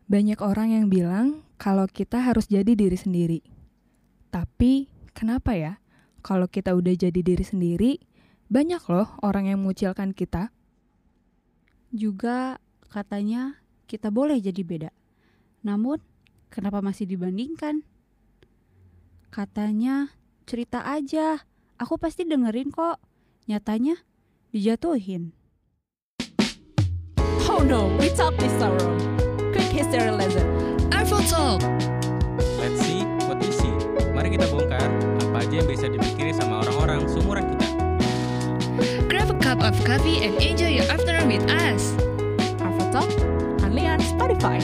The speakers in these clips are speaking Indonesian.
Banyak orang yang bilang kalau kita harus jadi diri sendiri. Tapi kenapa ya? Kalau kita udah jadi diri sendiri, banyak loh orang yang mengucilkan kita. Juga katanya kita boleh jadi beda. Namun kenapa masih dibandingkan? Katanya cerita aja, aku pasti dengerin kok. Nyatanya dijatuhin. Oh no, we talk this sorrow. Quick history lesson. Artful Talk. Let's see what we see. Mari kita bongkar apa aja yang bisa dipikiri sama orang-orang seumuran kita. Grab a cup of coffee and enjoy your afternoon with us. Artful Talk, only on Spotify.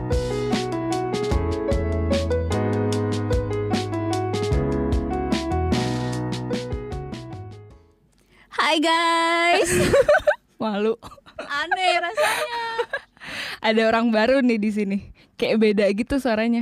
Hai guys. Malu. Aneh rasanya. Ada orang baru nih di sini. Kayak beda gitu suaranya.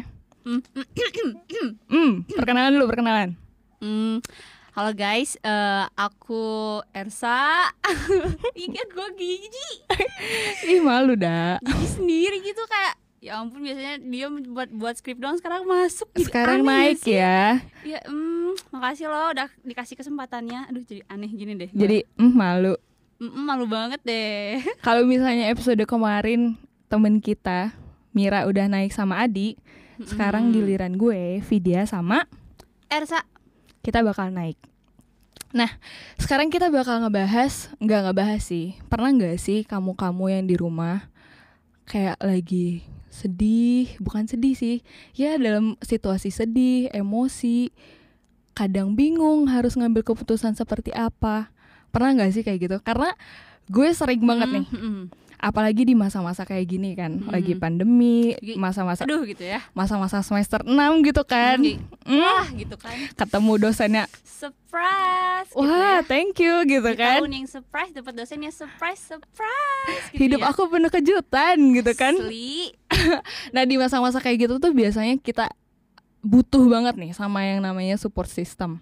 Perkenalan dulu, perkenalan. Halo guys, aku Ersa. Ingat gue gigi Ih, malu dah. sendiri gitu kayak. Ya ampun, biasanya dia buat skrip doang, sekarang masuk. Jadi Sekarang aneh naik sih. ya. Ya, makasih loh udah dikasih kesempatannya. Aduh, jadi aneh gini deh. Jadi malu. Malu banget deh. Kalau misalnya episode kemarin temen kita Mira udah naik sama Adi, sekarang giliran gue, Vidya sama Ersa. kita bakal naik. Nah, sekarang kita bakal ngebahas sih. Pernah nggak sih kamu yang di rumah kayak lagi sedih, bukan sedih sih, ya dalam situasi sedih, emosi, kadang bingung harus ngambil keputusan seperti apa. Pernah nggak sih kayak gitu? Karena gue sering banget nih, apalagi di masa-masa kayak gini kan, lagi pandemi, masa-masa Aduh gitu ya. masa-masa semester 6 gitu kan. Wah gitu kan. Ketemu dosennya, Surprise gitu wah ya. thank you gitu Di kan. tahun yang surprise dapat dosennya surprise gitu Hidup ya. aku penuh kejutan gitu kan. Asli. Nah, di masa-masa kayak gitu tuh biasanya kita butuh banget nih sama yang namanya support system.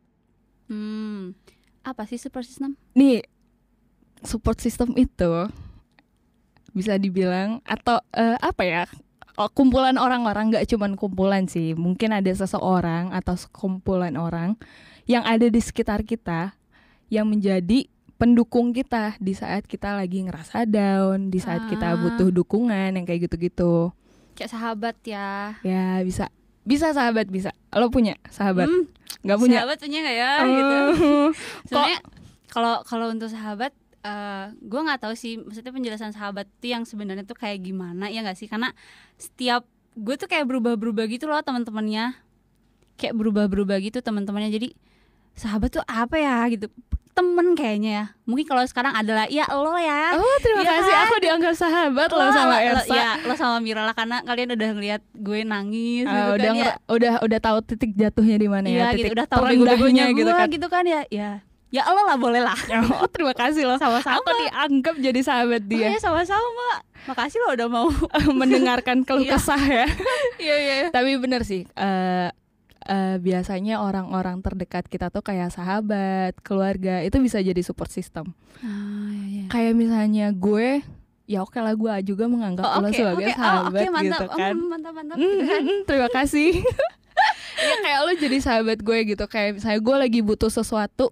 Apa sih support system? Nih, support system itu bisa dibilang atau apa ya? Kumpulan orang-orang, gak cuman kumpulan sih. Mungkin ada seseorang atau sekumpulan orang yang ada di sekitar kita yang menjadi pendukung kita di saat kita lagi ngerasa down, di saat kita butuh dukungan yang kayak gitu-gitu. Kayak sahabat ya. Ya, bisa sahabat, bisa. Lo punya sahabat? Gak punya? Sahabat punya nggak ya gitu. Sebenarnya kalau untuk sahabat, gue nggak tahu sih, maksudnya penjelasan sahabat tuh yang sebenarnya tuh kayak gimana ya nggak sih? Karena setiap gue tuh kayak berubah-berubah gitu loh teman-temannya, kayak berubah-berubah gitu teman-temannya. Jadi sahabat tuh apa ya gitu? Temen kayaknya ya. Mungkin kalau sekarang adalah ya lo ya. Oh, terima Ya kasih. kan? Aku dianggap sahabat lo sama Ersa. Ya, lo sama Mira lah, karena kalian udah ngeliat gue nangis gitu udah kan ya. udah tahu titik jatuhnya di mana ya, Iya titik gitu, udah tahu terendahnya bego-begonya gitu gue kan. gitu kan ya. Ya lo lah, boleh lah. Oh, terima kasih lo. Sama-sama. Aku dianggap jadi sahabat dia. Iya sama-sama. Makasih lo udah mau. Mendengarkan keluh Iya. kesah ya. Iya. Tapi bener sih, biasanya orang-orang terdekat kita tuh kayak sahabat, keluarga, itu bisa jadi support system. Iya. Kayak misalnya gue, ya oke lah, gue juga menganggap lo sebagai sahabat gitu kan. Mantap gitu kan. Terima kasih. Ya kayak lo jadi sahabat gue gitu. Kayak misalnya gue lagi butuh sesuatu,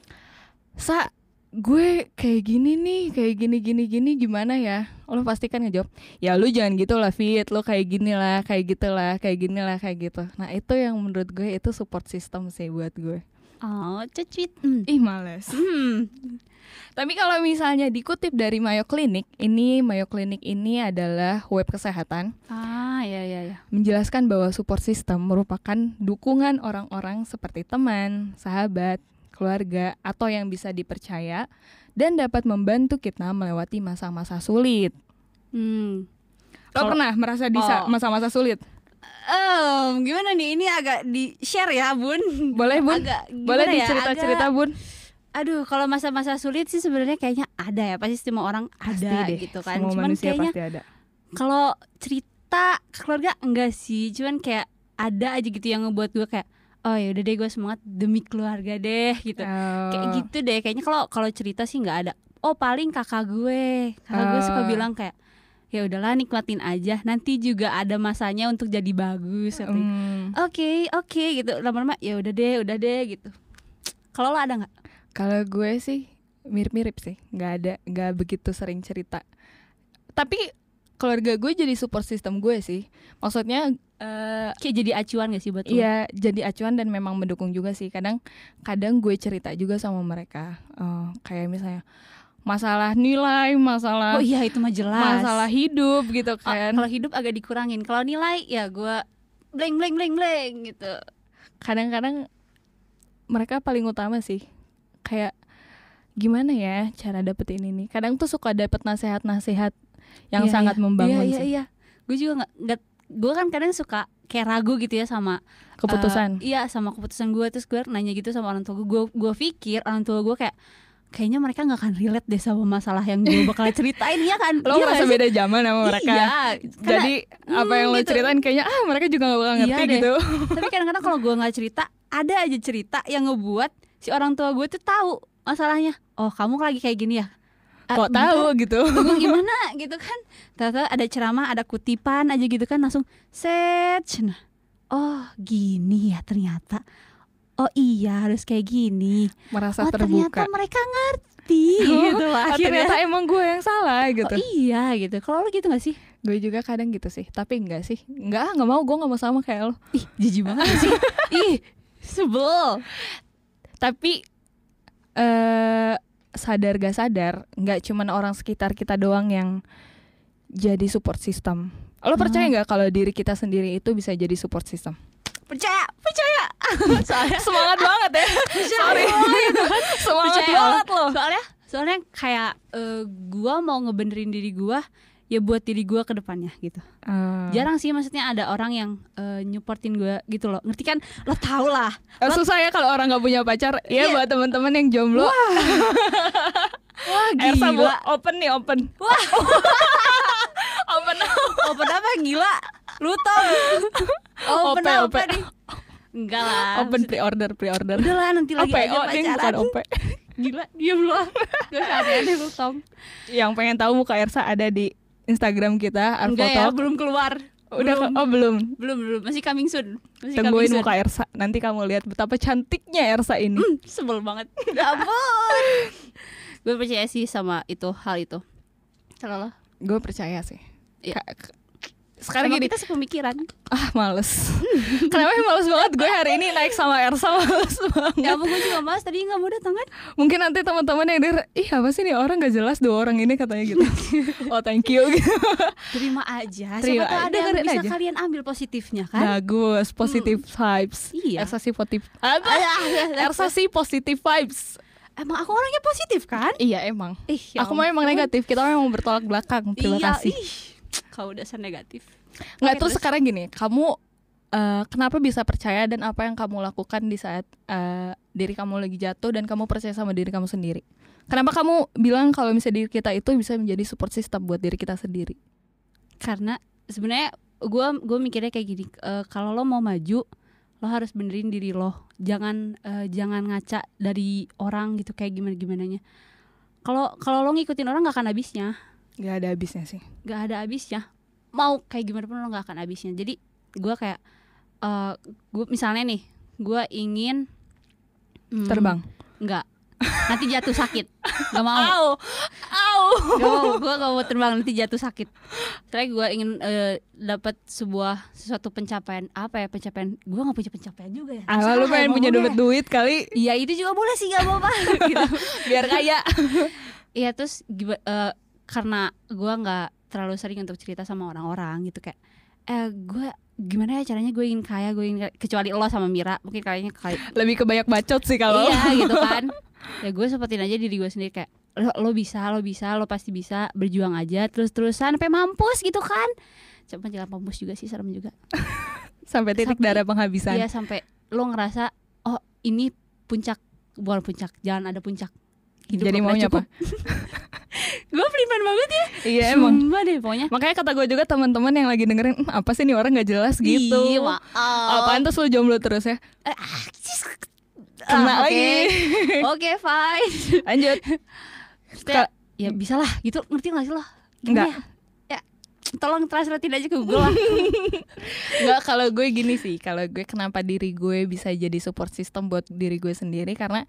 gue kayak gini nih, kayak gini gimana ya? Lo pasti kan ngejawab, ya lu jangan gitu lah Fit, lo kayak gini lah, kayak gitu lah, kayak gini lah, kayak gitu. Nah itu yang menurut gue itu support system sih buat gue. Oh, cucit. Ih males. Tapi kalau misalnya dikutip dari Mayo Clinic ini adalah web kesehatan. Iya. Menjelaskan bahwa support system merupakan dukungan orang-orang seperti teman, sahabat, keluarga, atau yang bisa dipercaya dan dapat membantu kita melewati masa-masa sulit. Lo pernah merasa di masa-masa sulit? Gimana nih, ini agak di-share ya Bun. Boleh Bun? Boleh ya, dicerita-cerita Bun? Aduh, kalau masa-masa sulit sih sebenarnya kayaknya ada ya, pasti semua orang ada deh, gitu kan. semua Cuman manusia kayaknya pasti ada. kalau cerita ke keluarga enggak sih, cuman kayak ada aja gitu yang ngebuat gue kayak, oh ya udah deh, gue semangat demi keluarga deh gitu. Kayak gitu deh. Kayaknya kalau cerita sih nggak ada. Oh paling kakak gue suka bilang kayak, ya udahlah nikmatin aja, nanti juga ada masanya untuk jadi bagus katanya. Oke gitu. Lama-lama ya udah deh gitu. Kalau lo ada nggak? Kalau gue sih mirip-mirip sih, nggak begitu sering cerita. Tapi keluarga gue jadi support system gue sih. Maksudnya Kayak jadi acuan gak sih buat lo? iya, jadi acuan dan memang mendukung juga sih. Kadang gue cerita juga sama mereka, kayak misalnya masalah nilai, masalah Oh iya itu mah jelas. masalah hidup gitu kan. Kalau hidup agak dikurangin. Kalau nilai ya gue blank gitu. Kadang-kadang mereka paling utama sih. Kayak gimana ya cara dapetin ini. Kadang tuh suka dapet nasihat-nasihat yang Iya, sangat membangun sih. Iya. Gue juga nggak. Gue kan kadang suka kayak ragu gitu ya sama Keputusan. iya sama keputusan gue. Terus gue nanya gitu sama orang tua gue. Gue pikir orang tua gue kayaknya mereka nggak akan relate deh sama masalah yang gue bakal ceritain ya kan. Lo Iya merasa nggak sih? beda zaman sama mereka. Iya, Jadi apa yang lo gitu. ceritain kayaknya mereka juga gak bakal ngerti Iya deh. gitu. Tapi kadang-kadang kalau gue nggak cerita, ada aja cerita yang ngebuat si orang tua gue tuh tahu masalahnya. Oh kamu lagi kayak gini ya? Kok tahu gitu. Gue gimana gitu kan? Ternyata ada ceramah, ada kutipan aja gitu kan, langsung search. Nah, oh gini ya ternyata. Oh iya harus kayak gini. Merasa Oh ternyata terbuka. mereka ngerti gitu Oh, akhirnya. ternyata emang gue yang salah gitu. Oh iya gitu. Kalau lo gitu gak sih? Gue juga kadang gitu sih. Tapi enggak sih. Enggak mau. Gue gak mau sama kayak lo. Ih jijik banget gak sih. Ih sebel. Tapi sadar gak sadar, nggak cuman orang sekitar kita doang yang jadi support system. Lo percaya nggak kalau diri kita sendiri itu bisa jadi support system? Percaya. Soalnya Semangat banget ya. Sorry. Semangat percaya banget lo. Soalnya kayak gua mau ngebenerin diri gua ya buat diri gua ke depannya gitu. Jarang sih maksudnya ada orang yang nyupportin gua gitu loh. Ngerti kan? Lo tau lah. Susah ya kalau orang nggak punya pacar. Iya, Iya. buat teman-teman yang jomblo. Wah Ersa bu, gila. open nih, open. Wah. Open. Open apa gila? Lu tau. Open OP. apa nih? Enggak lah. Open pre-order. Udah lah nanti lagi aja Oh, ini bukan pacaran. OP. Gila, diam lu lah. Gak aneh-aneh lu Tom. Yang pengen tahu muka Ersa ada di Instagram kita, Enggak ya, Arfotalk. belum keluar. Udah belum. Belum. Masih coming soon. Tungguin muka Ersa. Nanti kamu lihat betapa cantiknya Ersa ini. Sebel banget. Ya ampun. Gue percaya sih sama hal itu. Kalau lo? Gue percaya sih. Iya. Sekarang Emang gini, kita sepemikiran. males. Kenapa males banget gue hari ini naik sama Ersa, males banget. Ya ampun, gue juga mas tadi gak mau datang kan. Mungkin nanti teman-teman yang denger, ih apa sih nih orang gak jelas 2 orang ini katanya gitu. Oh thank you gitu. Terima aja. Terima Siapa tahu aja, ada yang dengerin bisa aja. kalian ambil positifnya kan. Bagus, positive vibes. Iya. Ersa sih positif. Ersa sih positive vibes. Emang aku orangnya positif kan? Iya emang. Ya Aku mah emang ampun. negatif. Kita memang bertolak belakang. Terima Iya, kasih. Kau dasar negatif. Nggak, Oke, terus sekarang gini, kamu kenapa bisa percaya dan apa yang kamu lakukan di saat diri kamu lagi jatuh dan kamu percaya sama diri kamu sendiri? Kenapa kamu bilang kalau misalnya diri kita itu bisa menjadi support system buat diri kita sendiri? Karena sebenarnya gue mikirnya kayak gini, kalau lo mau maju lo harus benerin diri lo, jangan ngaca dari orang gitu kayak gimananya. Kalau lo ngikutin orang nggak akan habisnya. Gak ada habisnya sih. Gak ada habisnya. Mau kayak gimana pun lo gak akan habisnya. Jadi gue kayak gue misalnya nih, gue ingin Terbang. Enggak. Nanti jatuh sakit. Gak mau. Gue gak mau terbang, nanti jatuh sakit. Soalnya gue ingin dapat sesuatu pencapaian. Apa ya pencapaian? Gue gak punya pencapaian juga ya. Lu pengen punya duit kali Iya itu juga boleh sih, gak apa-apa gitu. biar kaya. Iya terus karena gue nggak terlalu sering untuk cerita sama orang-orang gitu kayak gue gimana ya caranya gue ingin kaya, kecuali lo sama Mira mungkin kayaknya Lebih ke banyak bacot sih kalau. iya gitu kan. Ya gue sepertiin aja diri gue sendiri kayak lo bisa, lo pasti bisa, berjuang aja terus-terusan sampai mampus gitu kan. Cuma jangan mampus juga sih, serem juga. Sampai titik darah penghabisan. Iya sampai lo ngerasa oh ini bukan puncak, jangan ada puncak. Hidup Jadi gak maunya pernah apa? Gue pelin banget ya. Iya emang. Sumpah deh pokoknya. Makanya kata gue juga teman-teman yang lagi dengerin, apa sih nih orang gak jelas gitu. Ih, maaf. Apaan tuh lu jomblo terus ya? Kena lagi. Oke, fine. Lanjut. Maksudnya, ya bisa lah gitu, ngerti gak sih lo? Enggak. Ya Tolong translatein aja ke Google lah. Nggak, kalau gue gini sih, kalau gue kenapa diri gue bisa jadi support system buat diri gue sendiri, karena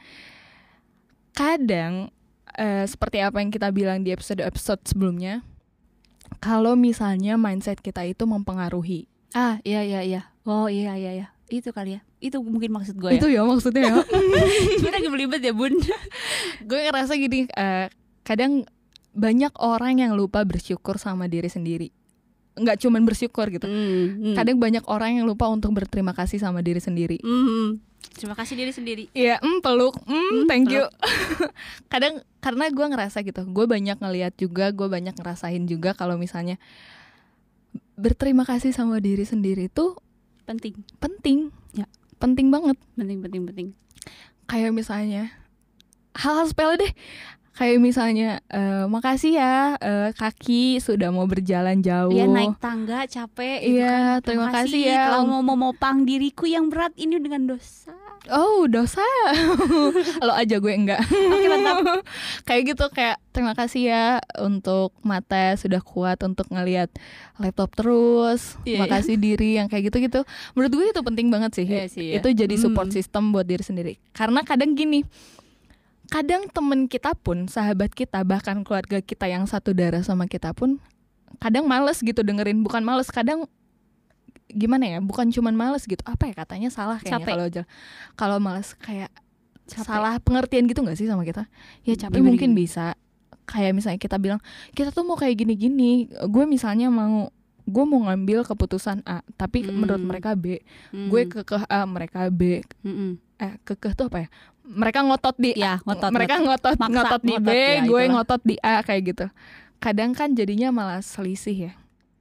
kadang seperti apa yang kita bilang di episode sebelumnya, kalau misalnya mindset kita itu mempengaruhi. Iya. Oh iya. Itu kali ya. Itu mungkin maksud gue ya. Itu ya maksudnya ya. Gue lagi belibet ya bun. Gue ngerasa gini, kadang banyak orang yang lupa bersyukur sama diri sendiri. Nggak cuman bersyukur gitu. Kadang banyak orang yang lupa untuk berterima kasih sama diri sendiri. Terima kasih diri sendiri. Iya, peluk, thank you. Kadang karena gue ngerasa gitu, gue banyak ngeliat juga, gue banyak ngerasain juga kalau misalnya berterima kasih sama diri sendiri itu penting. Ya. Penting banget. Penting. Kayak misalnya hal-hal sepele deh. Kayak misalnya makasih ya kaki sudah mau berjalan jauh. Iya, naik tangga capek gitu Iya, kan. terima kasih ya. Kalau mau memopang diriku yang berat ini dengan dosa. Oh, dosa. Lo aja, gue enggak. Oke, mantap. Kayak gitu, kayak terima kasih ya untuk mata sudah kuat untuk ngelihat laptop terus. Iya, Makasih diri yang kayak gitu-gitu. Menurut gue itu penting banget sih. Iya sih, ya. Itu jadi support system buat diri sendiri. Karena kadang gini, kadang temen kita pun, sahabat kita, bahkan keluarga kita yang satu darah sama kita pun kadang males gitu dengerin. Bukan males, kadang gimana ya, bukan cuman males gitu, apa ya katanya, salah kayaknya kalau males kayak capek. Salah pengertian gitu nggak sih sama kita ya. Capek mungkin bisa kayak misalnya kita bilang kita tuh mau kayak gini-gini, gue misalnya gue mau ngambil keputusan A tapi menurut mereka B, gue kekeh A, mereka B. Kekeh tuh apa ya, mereka ngotot di A, mereka ngotot di B, ya, gue ngotot di A, kayak gitu. Kadang kan jadinya malah selisih ya.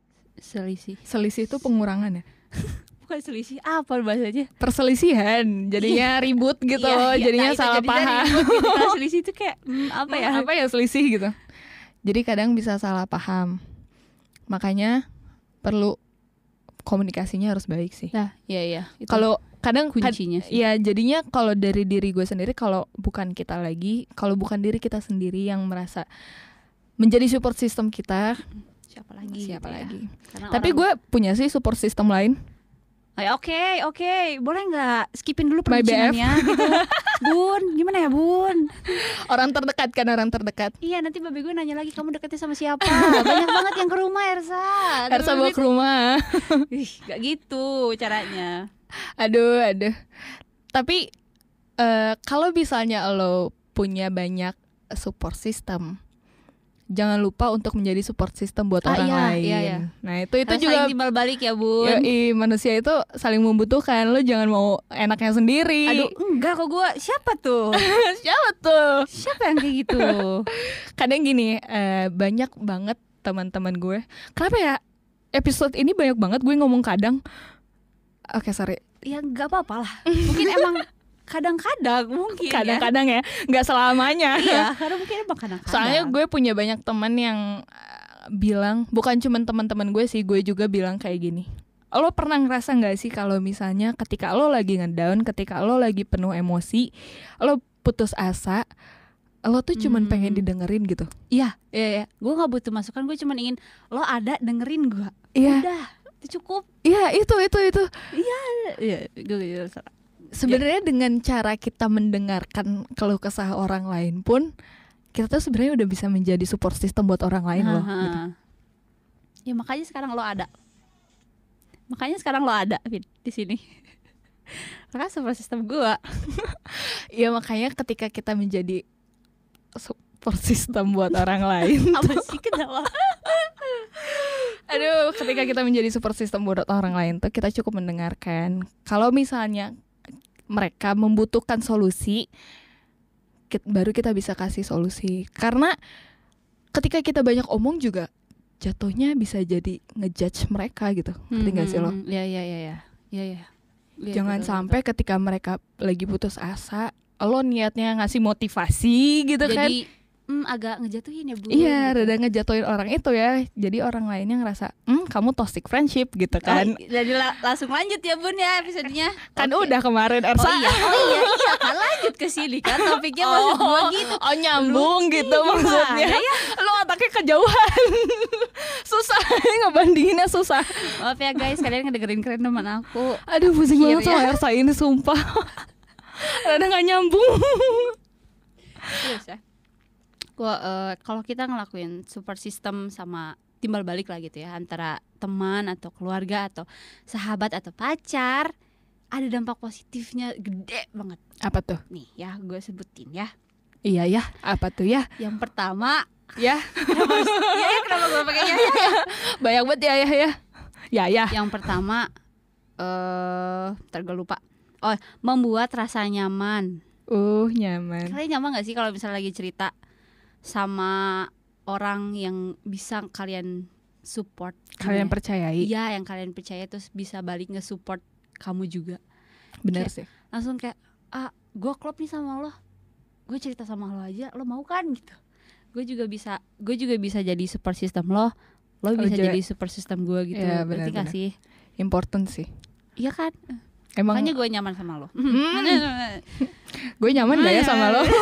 Selisih itu pengurangan ya. Bukan selisih, apa bahasanya? Perselisihan, jadinya ribut gitu. Jadinya salah paham. Gitu. Selisih itu kayak apa ya? Apa ya selisih gitu. Jadi kadang bisa salah paham. Makanya perlu komunikasinya harus baik sih. Nah, iya. Kalau kadang kuncinya sih. Ya jadinya kalau dari diri gue sendiri, kalau bukan kita lagi, kalau bukan diri kita sendiri yang merasa menjadi support system kita, siapa lagi? Ya. Tapi gue punya sih support system lain. Oke, boleh nggak skipin dulu percintaannya gitu. Bun, gimana ya Bun? Orang terdekat. Iya, nanti babe gue nanya lagi, kamu deketnya sama siapa? Banyak banget yang ke rumah, Ersa bawa ke rumah. Gak gitu caranya. Aduh. Tapi kalau misalnya lo punya banyak support system, jangan lupa untuk menjadi support system buat orang lain. Iya. Nah itu Harus juga saling timbal balik ya Bun. Manusia itu saling membutuhkan. Lo jangan mau enaknya sendiri. Aduh, enggak kok gue. Siapa tuh? Siapa yang kayak gitu? Kadang gini, banyak banget teman-teman gue. Kenapa ya episode ini banyak banget gue ngomong kadang? Oke, sorry. Ya nggak apa-apa lah. Mungkin emang kadang-kadang mungkin kadang-kadang ya, nggak selamanya. Iya, karena mungkin emang kadang-kadang. Soalnya gue punya banyak teman yang bilang, bukan cuma teman-teman gue sih, gue juga bilang kayak gini. Lo pernah ngerasa nggak sih kalau misalnya ketika lo lagi ngedown, ketika lo lagi penuh emosi, lo putus asa, lo tuh cuman pengen didengerin gitu. Iya. Gue nggak butuh masukan, gue cuman ingin lo ada dengerin gue. Iya. Udah, itu cukup. Iya, itu. Iya, gue sebenarnya dengan cara kita mendengarkan keluh kesah orang lain pun, kita tuh sebenarnya udah bisa menjadi support system buat orang lain loh. Gitu. Ya makanya sekarang lo ada, Fit, di sini. Makanya support system gue. Ya makanya ketika kita menjadi support system buat orang lain. Apa sih, kenapa? Aduh, ketika kita menjadi support system buat orang lain tuh kita cukup mendengarkan. Kalau misalnya mereka membutuhkan solusi, baru kita bisa kasih solusi. Karena ketika kita banyak omong juga jatuhnya bisa jadi ngejudge mereka gitu. Ngerti gak sih lo? Iya. Jangan sampai ketika mereka lagi putus asa, lo niatnya ngasih motivasi gitu kan. Jadi agak ngejatuhin ya Bu. Iya, gitu. rada ngejatuhin orang itu ya. Jadi orang lainnya ngerasa, kamu toxic friendship gitu kan. Jadi langsung lanjut ya Bun ya episodenya. Kan Oke. udah kemarin Ersa. iya kan lanjut ke sini kan topiknya maksud gua gitu. Oh nyambung gitu maksudnya. ya? Lo otaknya kejauhan. Susah ngebandinginnya susah. Maaf ya guys, kalian ngedengerin keren teman aku. Aduh pusing banget Akhirnya. sama Ersa ini sumpah. Rada gak nyambung. Terus ya. Kalau kita ngelakuin support system sama timbal balik lah gitu ya, antara teman atau keluarga atau sahabat atau pacar, ada dampak positifnya gede banget. Apa tuh? Nih ya, gue sebutin ya. Iya ya, apa tuh ya? Yang pertama, Ya, kenapa gue pakai ya? banyak banget ya. Ya. Yang pertama, ntar gue lupa. Oh, membuat rasa nyaman. Nyaman. Kalian nyaman gak sih kalau misalnya lagi cerita sama orang yang bisa kalian support? Kalian Gimana ya? percayai? Iya, yang kalian percaya terus bisa balik nge-support kamu juga. Bener Kayak sih. Langsung kayak, gue klop nih sama lo, gue cerita sama lo aja, lo mau kan gitu. Gue juga bisa jadi support system lo bisa juga. jadi support system gue gitu. Iya, Berarti gak benar-benar. sih? Important sih. Iya kan? Emang Makanya gue nyaman sama lo. gue nyaman gak ya sama lo?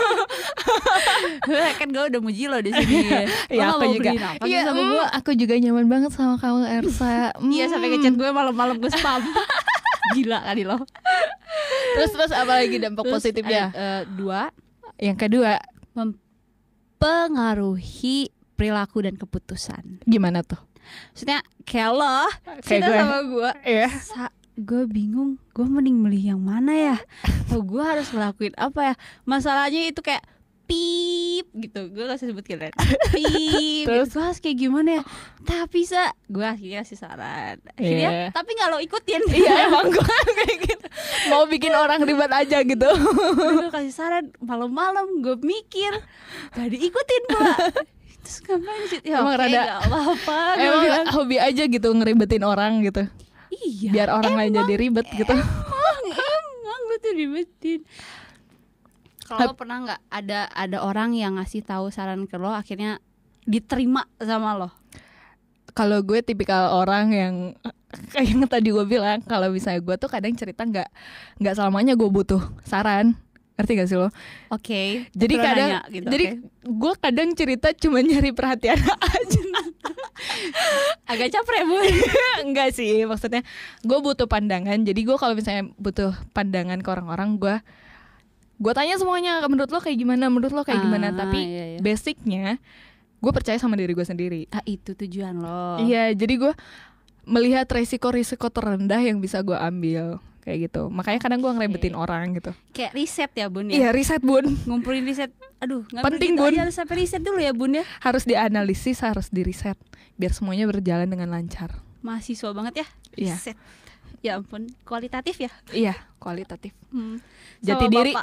Kan gue udah muji lo di sini. Iya, Lo aku mau juga. beliin apa Iya, gitu sama gue? aku juga nyaman banget sama kamu Ersa. Iya, sampai ngechat gue malam-malam gue spam. Gila kali lo. Terus apa lagi dampak Terus positifnya? Dua, Yang kedua, mempengaruhi perilaku dan keputusan. gimana tuh? Maksudnya kayak lo Kayak cerita gue. sama gue, Iya. gue bingung, gue mending milih yang mana ya? Atau gue harus ngelakuin apa ya? Masalahnya itu kayak pip gitu, gue gak usah sebut kalian. Pip, Terus? gue harus kayak gimana ya? Tapi gue akhirnya kasih saran. Akhirnya, Iya. tapi gak lo ikutin. Iya emang gue kayak gitu. Mau bikin orang ribet aja gitu. Gue kasih saran malam-malam, gue mikir, gak diikutin gue. Terus ngapain sih? Ya Emang oke, rada- gak apa-apa. Gue Emang bilang, hobi aja gitu ngeribetin orang gitu. iya. Biar orang lain jadi ribet gitu. Emang lu tuh ribetin. Kalau lo pernah nggak ada orang yang ngasih tahu saran ke lo akhirnya diterima sama lo? Kalau gue tipikal orang yang kayak yang tadi gue bilang, kalau misalnya gue tuh kadang cerita nggak selamanya gue butuh saran. Ngerti gak sih lo? Oke. Jadi Terus kadang nanya gitu, jadi gue kadang cerita cuma nyari perhatian aja. agak capek Bu. Enggak sih, maksudnya gue butuh pandangan. Jadi gue kalau misalnya butuh pandangan ke orang-orang, gue tanya semuanya, menurut lo kayak gimana, menurut lo kayak gimana. Tapi iya, iya. basicnya gue percaya sama diri gue sendiri. Itu tujuan lo. Iya, jadi gue melihat resiko-resiko terendah yang bisa gue ambil kayak gitu. Makanya kadang gue ngerebetin orang gitu. Kayak riset ya Bun ya. Iya, riset Bun. Ngumpulin riset. Aduh, nggak Penting, begitu Bun. aja, harus sampai riset dulu ya Bun ya. Harus dianalisis, harus diriset biar semuanya berjalan dengan lancar. Mahasiswa banget ya. Iya. Riset. Ya ampun, kualitatif ya. Iya, kualitatif. Hmm. Jati Sama diri. Bapak.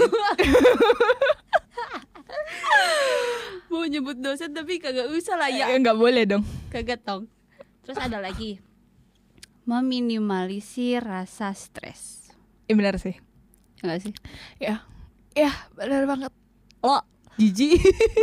Mau nyebut dosen tapi kagak usah lah ya. Nggak boleh dong. Kagak tong. Terus ada lagi, meminimalisir rasa stres. Iya benar sih. Enggak sih? Ya benar banget. Lo Jijik.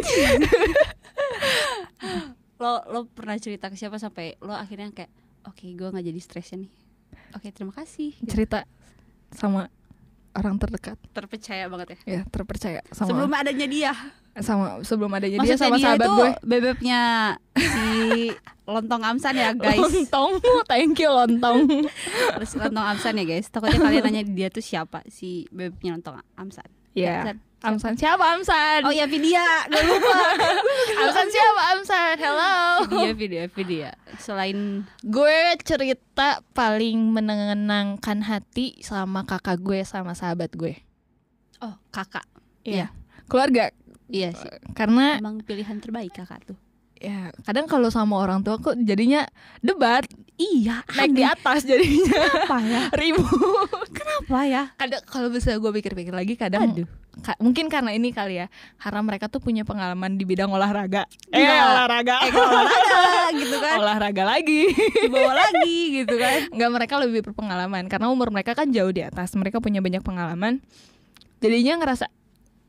lo pernah cerita ke siapa sampai lo akhirnya kayak oke, gue nggak jadi stresnya nih. Oke, terima kasih. Cerita sama orang terdekat. Terpercaya banget ya. Ya, terpercaya sama Sebelum adanya dia. sebelum adanya dia Maksudnya sama dia sahabat itu gue. bebeknya si Lontong Amsan ya guys. Lontong, thank you Lontong. Terus Lontong Amsan ya guys. Takutnya kalian nanya dia tuh siapa si bebeknya Lontong Amsan. Iya. Amsan. Amsan siapa Amsan? Oh ya Vidya, gak lupa. Amsan siapa Amsan? Hello. Vidya. Selain Gue cerita paling menenangkan hati sama kakak gue sama sahabat gue. kakak. Iya. Keluarga. Iya sih. Karena Emang pilihan terbaik kakak tuh. ya kadang kalau sama orang tua kok jadinya debat, Iya. naik di atas jadinya. Apa ya? Ribut. Kenapa ya? Kadang kalau bisa gue pikir-pikir lagi kadang mungkin karena ini kali ya, karena mereka tuh punya pengalaman di bidang olahraga. Olahraga. Olahraga gitu kan. Olahraga lagi. Dibawa lagi gitu kan. Enggak, mereka lebih berpengalaman karena umur mereka kan jauh di atas. Mereka punya banyak pengalaman. Jadinya ngerasa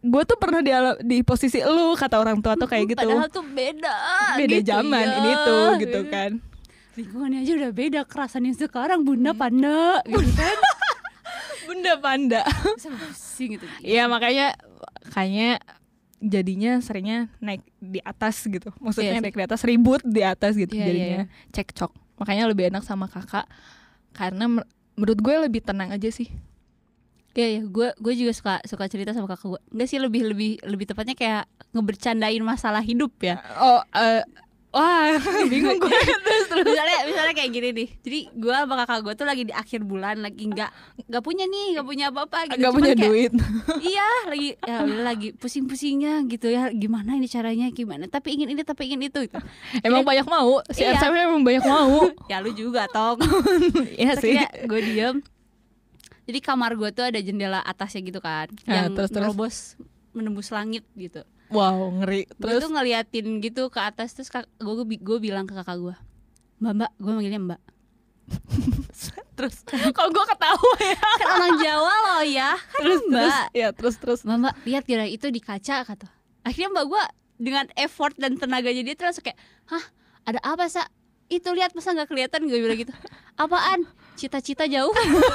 gue tuh pernah di posisi lu, kata orang tua tuh kayak gitu. Padahal tuh beda gitu, zaman ya. ini tuh gitu kan. Lingkungannya aja udah beda, kerasannya sekarang bunda panda gitu kan. Bunda panda. Bisa pusing gitu. Iya makanya kayaknya jadinya seringnya naik di atas gitu. Maksudnya Iya. naik di atas, ribut di atas gitu. Iya, Jadinya cekcok. Makanya lebih enak sama kakak. Karena menurut gue lebih tenang aja sih. Iya, gue juga suka cerita sama kakak gue. Enggak sih, lebih tepatnya kayak ngebercandain masalah hidup ya. Oh, wah, bingung gue. terus. Misalnya kayak gini nih. Jadi gue sama kakak gue tuh lagi di akhir bulan, lagi nggak punya apa-apa gitu. Gak Cuman punya kayak, duit. Iya, lagi pusing-pusingnya gitu ya. Gimana ini caranya, gimana? Tapi ingin ini, tapi ingin itu. Gitu. Emang banyak mau. Si Iya. SM emang banyak mau. Ya lu juga, Tong. Iya sih. Gue diem. Jadi kamar gue tuh ada jendela atasnya gitu kan, yang terus. nerobos menembus langit gitu. Wow, ngeri. Gue Terus tuh ngeliatin gitu ke atas, terus gue bilang ke kakak gue, Mbak, gue manggilnya Mbak. terus kalau gue ketawa ya. Kan orang Jawa loh ya, kan Terus Mbak. ya terus. Mbak, lihat kira itu di kaca kata. Akhirnya Mbak gue dengan effort dan tenaganya dia tuh langsung kayak, hah, ada apa Sa? Itu lihat masa nggak kelihatan, gue bilang gitu. Apaan? Cita-cita jauh.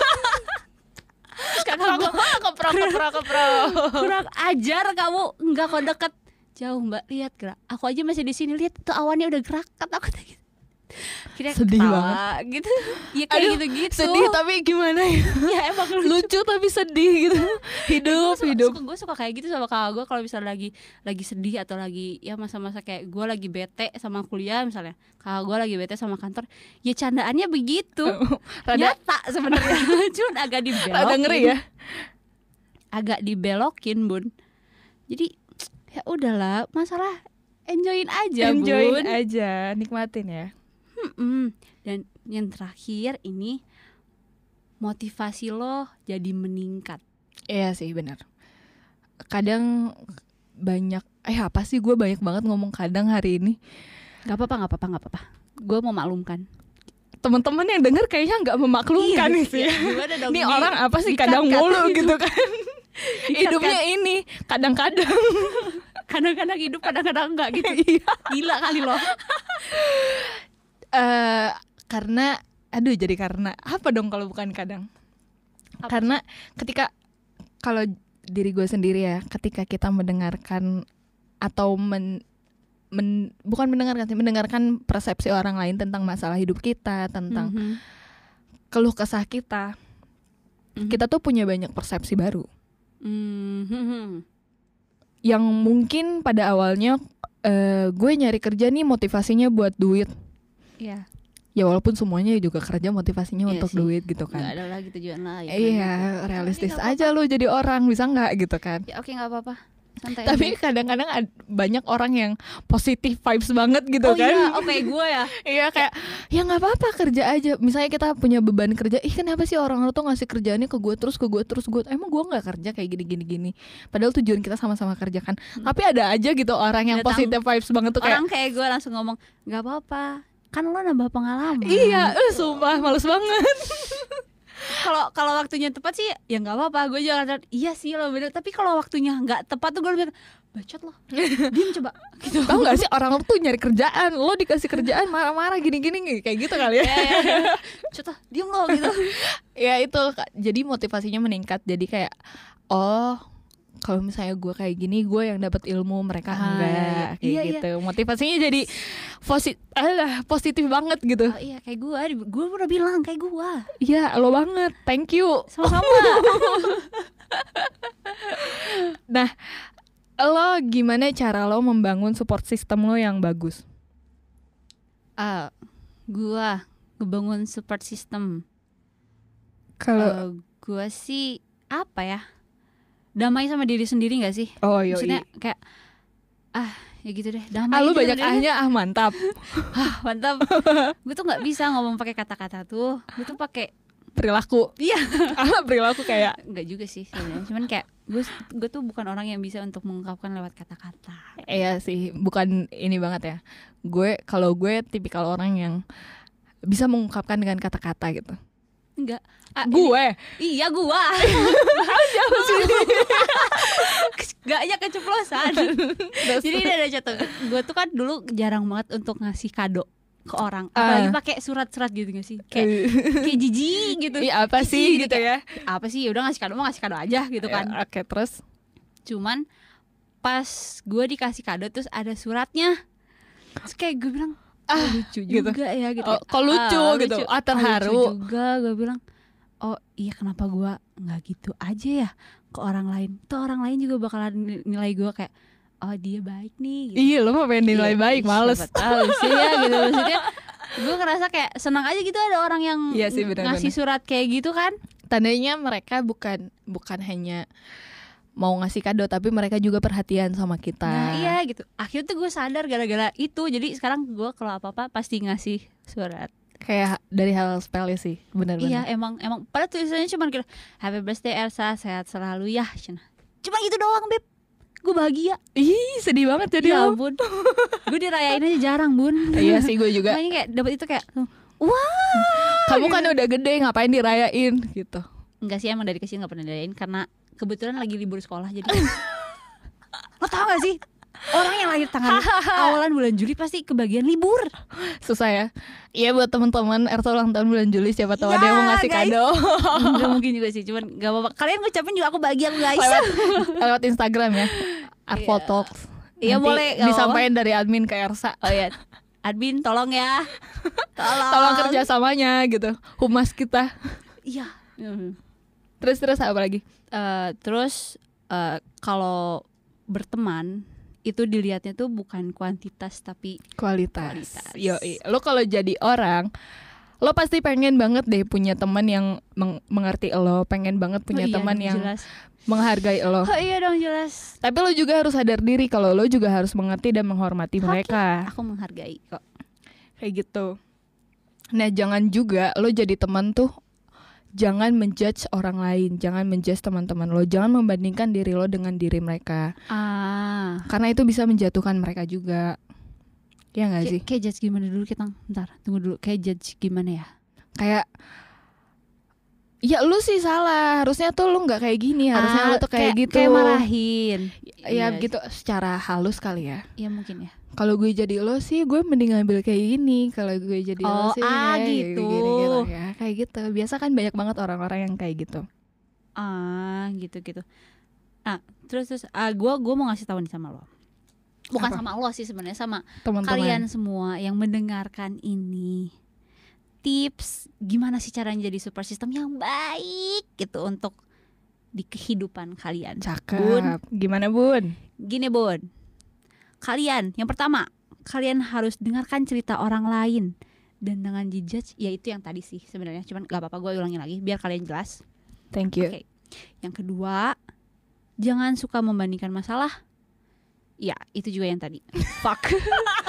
Kakak gue Keprok. kurang ajar kamu, nggak kok deket jauh Mbak, lihat gerak. Aku aja masih di sini, lihat tuh awannya udah gerak, kata aku gitu. Kira Sedih ketawa, gitu. Ya kayak Aduh, gitu-gitu. sedih tapi gimana ya? Ya emang Lucu tapi sedih gitu. Hidup. Gue suka kayak gitu sama kakak gue kalau misalnya lagi sedih atau lagi ya masa-masa kayak gue lagi bete sama kuliah misalnya, kakak gue lagi bete sama kantor, ya candaannya begitu. Nyata sebenarnya, cuma agak dibelokin. Rada ngeri ya. Agak dibelokin Bun. Jadi ya udahlah, masalah enjoyin aja Enjoyin Bun. aja, nikmatin ya. Dan yang terakhir ini, motivasi lo jadi meningkat. Iya sih benar. Kadang banyak apa sih, gue banyak banget ngomong kadang hari ini. Gak apa-apa. Gue mau maklumkan. Teman-teman yang denger kayaknya nggak memaklumkan Iya, sih. gimana dong? Ini orang apa sih kadang dikat-kat mulu itu. gitu kan. Hidupnya ini kadang-kadang. Kadang-kadang hidup, kadang-kadang enggak gitu. Iya. Gila kali lo. Karena karena apa dong kalau bukan kadang? Apa? Karena ketika kalau diri gue sendiri ya, ketika kita mendengarkan atau bukan mendengarkan persepsi orang lain tentang masalah hidup kita, tentang keluh kesah kita, kita tuh punya banyak persepsi baru. Yang mungkin pada awalnya gue nyari kerja nih motivasinya buat duit. Iya. Ya walaupun semuanya juga kerja motivasinya Iya untuk sih. duit gitu kan. Gak ada lagi tujuan lain. Iya, realistis aja lu jadi orang, bisa nggak gitu kan. Ya oke, nggak apa-apa. Santai. Tapi aja. kadang-kadang banyak orang yang positif vibes banget gitu Oh kan. iya, oke gue ya. Iya kayak ya nggak apa-apa kerja aja. Misalnya kita punya beban kerja, kenapa sih orang tuh ngasih kerjaannya ke gue terus emang gue nggak kerja kayak gini. Padahal tujuan kita sama-sama kerja kan. Tapi ada aja gitu orang yang Datang. positif vibes banget tuh kayak Orang kayak gue langsung ngomong, nggak apa-apa. Kan lo nambah pengalaman. iya, sumpah males banget. Kalau waktunya tepat sih ya nggak apa-apa. Gue juga iya sih lo bener. Tapi kalau waktunya nggak tepat tuh gue bilang, bacot lo. Diem coba. Gitu. Tahu nggak sih orang tuh nyari kerjaan, lo dikasih kerjaan marah-marah gini-gini kayak gitu kali ya. Ya. Coba diem lo gitu. Ya itu jadi motivasinya meningkat. Jadi kayak kalau misalnya gue kayak gini, gue yang dapat ilmu, mereka enggak kayak iya. gitu. Motivasinya jadi positif banget gitu. Oh, iya kayak gue udah bilang kayak gue. Iya, lo banget. Thank you. Sama-sama. Nah, lo gimana cara lo membangun support system lo yang bagus? Gue ngebangun support system. Kalau Gue sih apa ya? Damai sama diri sendiri gak sih? Maksudnya kayak ya gitu deh, damai. lu aja banyak sama diri. mantap. Mantap. Gue tuh nggak bisa ngomong pakai kata-kata tuh. Gue tuh pakai Perilaku. Iya. Perilaku kayak nggak juga sih sebenarnya. Cuman kayak gue tuh bukan orang yang bisa untuk mengungkapkan lewat kata-kata. iya sih, bukan ini banget ya. Kalau gue tipikal orang yang bisa mengungkapkan dengan kata-kata gitu. Enggak. Gue. Iya gua. Gaknya keceplosan. Jadi ini ada contoh. Gue tuh kan dulu jarang banget untuk ngasih kado ke orang. Apalagi pakai surat-surat gitu gak sih? Kayak jijik gitu. Iya apa sih gitu ya? Apa sih? Udah ngasih kado aja gitu kan. Ya, oke, terus Cuman pas gue dikasih kado terus ada suratnya. Terus kayak gue bilang lucu juga gitu. ya gitu. Oh, kok lucu gitu. Terharu. Lucu juga gue bilang. Oh iya, kenapa gue nggak gitu aja ya ke orang lain? Tuh orang lain juga bakalan nilai gue kayak, oh dia baik nih gitu. Iya, lo mah pengen nilai baik, males. Siapa tahu sih ya gitu. Maksudnya gue ngerasa kayak senang aja gitu ada orang yang Iya sih, benar-benar. ngasih surat kayak gitu kan. Tandanya mereka bukan hanya mau ngasih kado, tapi mereka juga perhatian sama kita. Nah iya gitu. Akhirnya tuh gue sadar gara-gara itu. Jadi sekarang gue kalau apa-apa pasti ngasih surat. Kayak dari hal sepele sih, benar-benar. Iya emang pada tulisannya cuma kira Happy birthday Elsa, sehat selalu ya. Cuma gitu doang Beb. Gue bahagia. Ih, sedih banget jadi Ya lo. ampun. Gue dirayain aja jarang Bun. Iya sih, gue juga. Makanya kayak dapet itu kayak wah. Kamu kan udah gede, ngapain dirayain gitu. Enggak sih, emang dari kecil gak pernah dirayain karena kebetulan lagi libur sekolah jadi. Lo tau gak sih? Orang yang lahir tanggal awalan bulan Juli pasti kebagian libur. Susah ya. Iya, buat teman-teman Ersa ulang tahun bulan Juli, siapa tahu ada yang mau ngasih guys. kado. Enggak mungkin juga sih, cuman gak apa-apa. Kalian ngucapin juga aku bahagia guys. Lewat Instagram ya. @fotox. Iya boleh. Gak disampaikan dari admin ke Ersa. Oh iya. Admin tolong ya. Tolong kerjasamanya gitu. Humas kita. Iya. Terus apa lagi? Terus kalau berteman itu dilihatnya tuh bukan kuantitas tapi Kualitas. Yoi. Lo kalau jadi orang, lo pasti pengen banget deh punya teman yang mengerti lo, pengen banget punya teman yang jelas. menghargai lo. Oh iya dong jelas. Tapi lo juga harus sadar diri kalau lo juga harus mengerti dan menghormati mereka. Aku menghargai kok. Kayak gitu. Nah, jangan juga lo jadi teman tuh jangan menjudge orang lain, jangan menjudge teman-teman lo, jangan membandingkan diri lo dengan diri mereka. Karena itu bisa menjatuhkan mereka juga. Ya nggak sih? Kayak judge gimana dulu kita? Bentar, tunggu dulu. Kayak judge gimana ya? Kayak ya lu sih salah, harusnya tuh lu nggak kayak gini, harusnya lu tuh kayak gitu. Kayak marahin. Ya gitu secara halus kali ya. Ya mungkin ya. Kalau gue jadi lo sih gue mending ngambil kayak gini. Kalau gue jadi lo sih gitu. Gini, ya kayak gitu. Biasa kan banyak banget orang-orang yang kayak gitu. Gitu. Terus gue mau ngasih tahu nih sama lo. Bukan Apa? sama lo sih sebenarnya, sama Teman-teman. kalian semua yang mendengarkan ini. Tips gimana sih caranya jadi support system yang baik gitu untuk di kehidupan kalian. Cakep. Bun. Gimana Bun? Gini Bun, kalian yang pertama, kalian harus dengarkan cerita orang lain dan dengan dijudge, ya itu yang tadi sih sebenarnya, cuman gak apa-apa gue ulangin lagi biar kalian jelas. Thank you. Oke. Yang kedua, jangan suka membandingkan masalah. Ya itu juga yang tadi. Fuck.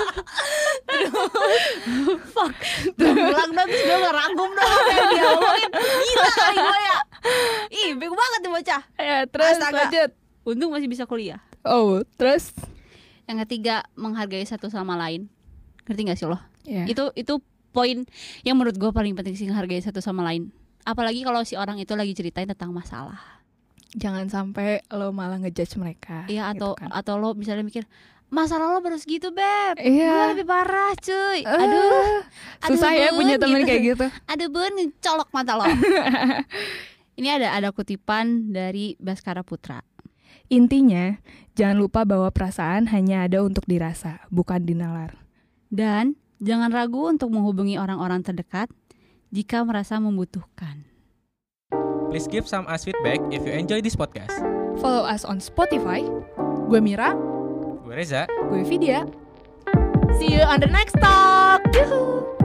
Fuck. Ulang dong, terus gue gak rangkum dong kayak dia ngomongin. Gila kali gue ya. Ih bego banget nih bocah. Ya, terus Astaga. lanjut. Untung masih bisa kuliah. Oh, terus? Yang ketiga, menghargai satu sama lain. Ngerti gak sih lo? Ya. Itu poin yang menurut gue paling penting sih, menghargai satu sama lain. Apalagi kalau si orang itu lagi ceritain tentang masalah. Jangan sampai lo malah ngejudge mereka. Iya gitu atau kan. atau lo misalnya mikir masalah lo baru segitu beb, Iya. gue lebih parah cuy. Aduh Susah ya Bun, punya temen gitu. kayak gitu. Aduh Bun, colok mata lo. Ini ada kutipan dari Baskara Putra. Intinya, jangan lupa bahwa perasaan hanya ada untuk dirasa, bukan dinalar. Dan jangan ragu untuk menghubungi orang-orang terdekat jika merasa membutuhkan. Please give some us feedback if you enjoy this podcast. Follow us on Spotify. Gue Mira, Gue Reza. gue Vidya. See you on the next talk. Yuhu.